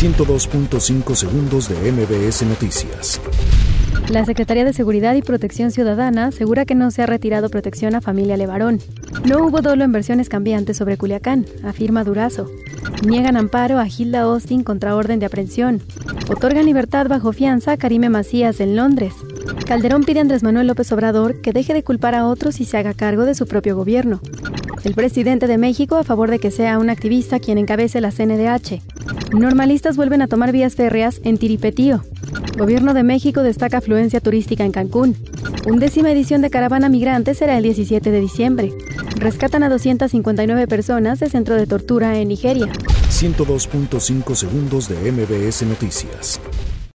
102.5 segundos de MBS Noticias. La Secretaría de Seguridad y Protección Ciudadana asegura que no se ha retirado protección a familia Levarón. No hubo dolo en versiones cambiantes sobre Culiacán, afirma Durazo. Niegan amparo a Hilda Austin contra orden de aprehensión. Otorgan libertad bajo fianza a Karime Macías en Londres. Calderón pide a Andrés Manuel López Obrador que deje de culpar a otros y se haga cargo de su propio gobierno. El presidente de México a favor de que sea un activista quien encabece la CNDH. Normalistas vuelven a tomar vías férreas en Tiripetío. Gobierno de México destaca afluencia turística en Cancún. 11ª edición de Caravana Migrante será el 17 de diciembre. Rescatan a 259 personas de centro de tortura en Nigeria. 102.5 segundos de MBS Noticias.